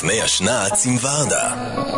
לפני השנץ עם ורדה.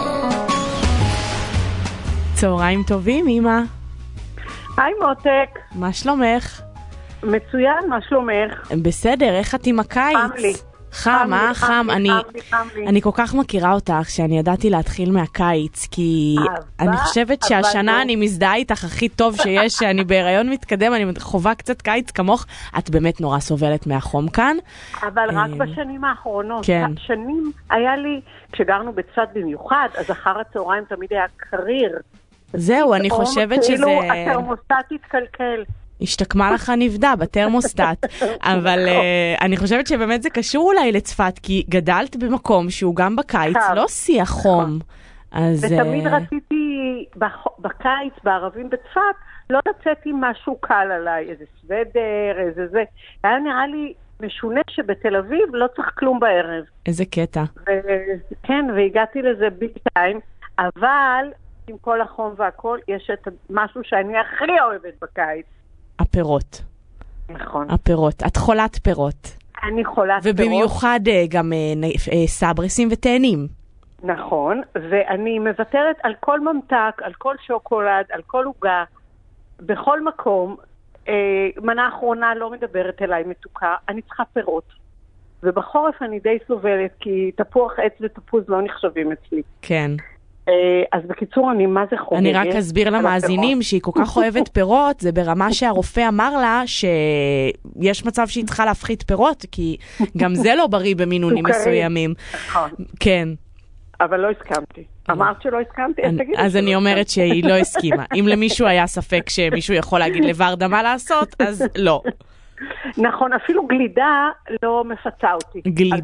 צהריים טובים, אמא. היי מותק. מה שלומך? מצוין, מה שלומך? בסדר, איך את עם הקיץ? חם לי. חם. אני כל כך מכירה אותך שאני ידעתי להתחיל מהקיץ, כי אני חושבת שהשנה אני מזדהה איתך הכי טוב שיש, שאני בהיריון מתקדם, אני חובה קצת קיץ כמוך, את באמת נורא סובלת מהחום כאן. אבל רק בשנים האחרונות, כן. שנים היה לי, כשגרנו בצד במיוחד, אז אחר הצהריים תמיד היה קריר. זהו, אני חושבת שזה... כאילו התרמוסטט התקלקל. השתקמה לך נבדה בתרמוסטט, אבל אני חושבת שבאמת זה קשור אולי לצפת, כי גדלת במקום שהוא גם בקיץ, לא שיח חום. ותמיד רציתי בקיץ, בערבים בצפת, לא לצאת עם משהו קל עליי, איזה סוודר, איזה זה. היה נראה לי משונה שבתל אביב לא צריך כלום בערב. איזה קטע. כן, והגעתי לזה ביג טיים, אבל עם כל החום והכל, יש את משהו שאני הכי אוהבת בקיץ. הפירות. נכון. הפירות. את חולת פירות. אני חולת פירות. ובמיוחד גם סברסים ותאנים. נכון, ואני מוותרת על כל ממתק, על כל שוקולד, על כל עוגה, בכל מקום. מנה האחרונה לא מדברת אליי מתוקה, אני צריכה פירות. ובחורף אני די סובלת, כי תפוח עץ ותפוז לא נחשבים אצלי. כן. אז בקיצור, אני מה זה חוגגת. אני רק אסביר למאזינים שהיא כל כך אוהבת פירות, זה ברמה שהרופא אמר לה שיש מצב שהיא צריכה להפחית פירות, כי גם זה לא בריא במינונים מסוימים. נכון. כן. אבל לא הסכמתי. אמרת שלא הסכמתי? אז אני אומרת שהיא לא הסכימה. אם למישהו היה ספק שמישהו יכול להגיד לוורדה מה לעשות, אז לא. נכון, אפילו גלידה לא מפצה אותי.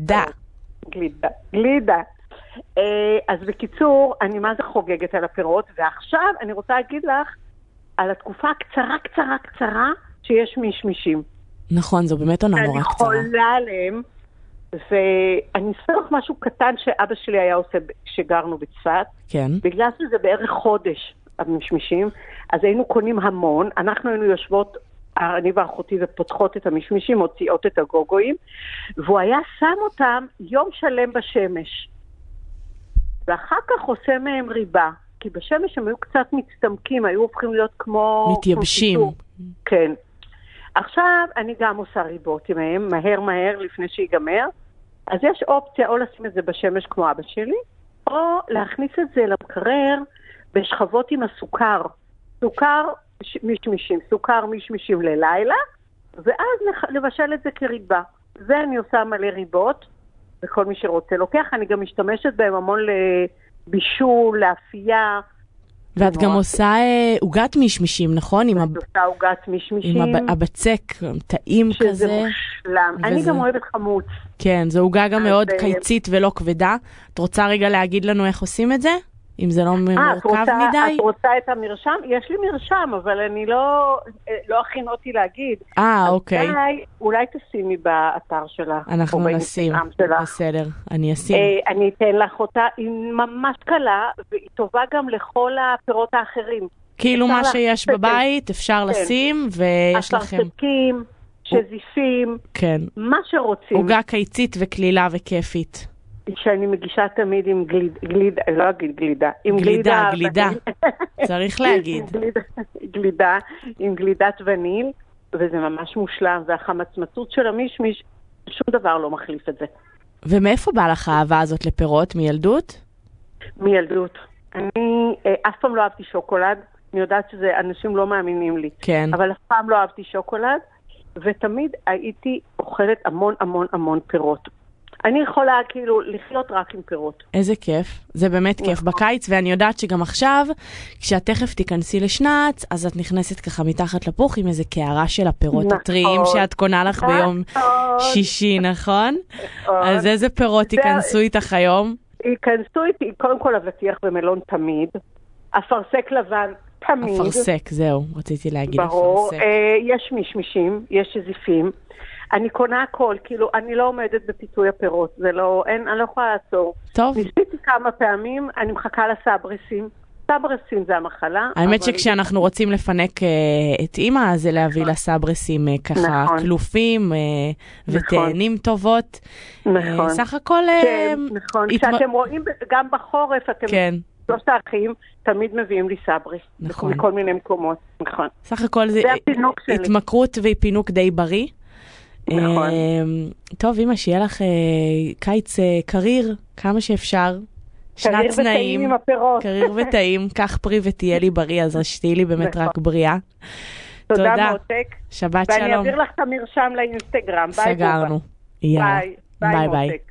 גלידה. אז בקיצור, אני מה זה חוגגת על הפירות, ועכשיו אני רוצה להגיד לך על התקופה קצרה שיש מישמישים. נכון, זו באמת עונה נורא קצרה. אני חולה עליהם, ואני אספר לך משהו קטן שאבא שלי היה עושה כשגרנו בצפת. כן. בגלל שזה בערך חודש המשמישים, אז היינו קונים המון, אנחנו היינו יושבות, אני ואחותי, ופותחות את המשמישים, מוציאות את הגוגויים, והוא היה שם אותם יום שלם בשמש. ואחר כך עושה מהם ריבה, כי בשמש הם היו קצת מצטמקים, היו הופכים להיות כמו... מתייבשים. כן. עכשיו אני גם עושה ריבות מהם, מהר לפני שיגמר. אז יש אופציה או לשים את זה בשמש כמו אבא שלי, או להכניס את זה למקרר בשכבות עם הסוכר. סוכר משמישים ללילה, ואז לבשל את זה כריבה. זה אני עושה מלא ריבות. וכל מי שרוצה לוקח, אני גם משתמשת בהם המון לבישול, לאפייה. ואת גם עושה עוגת מישמישים, נכון? את עושה עוגת מישמישים. עם הבצק, טעים כזה. שזה מושלם. אני גם אוהבת חמוץ. כן, זו עוגה גם מאוד קיצית ולא כבדה. את רוצה רגע להגיד לנו איך עושים את זה? אם זה לא מורכב מדי? את רוצה את המרשם? יש לי מרשם, אבל אני לא הכין אותי להגיד. אוקיי. אולי תשימי באתר שלך. אנחנו נשים. בסדר, אני אשים. אני אתן לך אותה, היא ממש קלה, והיא טובה גם לכל הפירות האחרים. כאילו מה שיש בבית, אפשר לשים, ויש לכם... אפרסקים, שזיפים, מה שרוצים. עוגה קיצית וכלילה וכיפית. שאני מגישה תמיד עם גלידה, לא אגיד גלידה, עם גלידה. צריך להגיד. גלידה, עם גלידת וניל, וזה ממש מושלם, והחמצמצות של המישמיש, שום דבר לא מחליף את זה. ומאיפה בא לך האהבה הזאת לפירות? מילדות? מילדות. אני אף פעם לא אהבתי שוקולד, אני יודעת שזה, אנשים לא מאמינים לי. כן. אבל אף פעם לא אהבתי שוקולד, ותמיד הייתי אוכלת המון פירות. אני יכולה כאילו לחיות רק עם פירות. איזה כיף. זה באמת כיף בקיץ, ואני יודעת שגם עכשיו, כשאת תכף תיכנסי לשנץ, אז את נכנסת ככה מתחת לפוך עם איזה קערה של הפירות הטריים שאת קונה לך ביום שישי, נכון? אז איזה פירות ייכנסו איתך היום? ייכנסו איתי, קודם כל אבטיח ומלון תמיד, אפרסק לבן תמיד. אפרסק, זהו, רציתי להגיד אפרסק. ברור, יש מישמישים, יש שזיפים. אני קונה הכל, כאילו, אני לא עומדת בפיתוי הפירות, זה לא, אני לא יכולה לעצור. טוב. ניסיתי כמה פעמים, אני מחכה לסברסים, סברסים זה המחלה. האמת שכשאנחנו רוצים לפנק את אמא, זה להביא לסברסים ככה קלופים וטענים טובות. נכון. סך הכל... נכון, כשאתם רואים גם בחורף, אתם... כן. שלושת האחים תמיד מביאים לי סברס. נכון. מכל מיני מקומות, נכון. סך הכל זה התמכרות ופינוק די בריא. נכון. טוב, אמא, שיהיה לך קיץ קריר, כמה שאפשר. קריר וטעים עם הפירות. קריר וטעים, קח פרי ותהיה לי בריא, אז שתהיה לי באמת רק בריאה. תודה מותק. שבת שלום. ואני אעביר לך את המרשם לאינסטגרם. סגרנו. ביי ביי.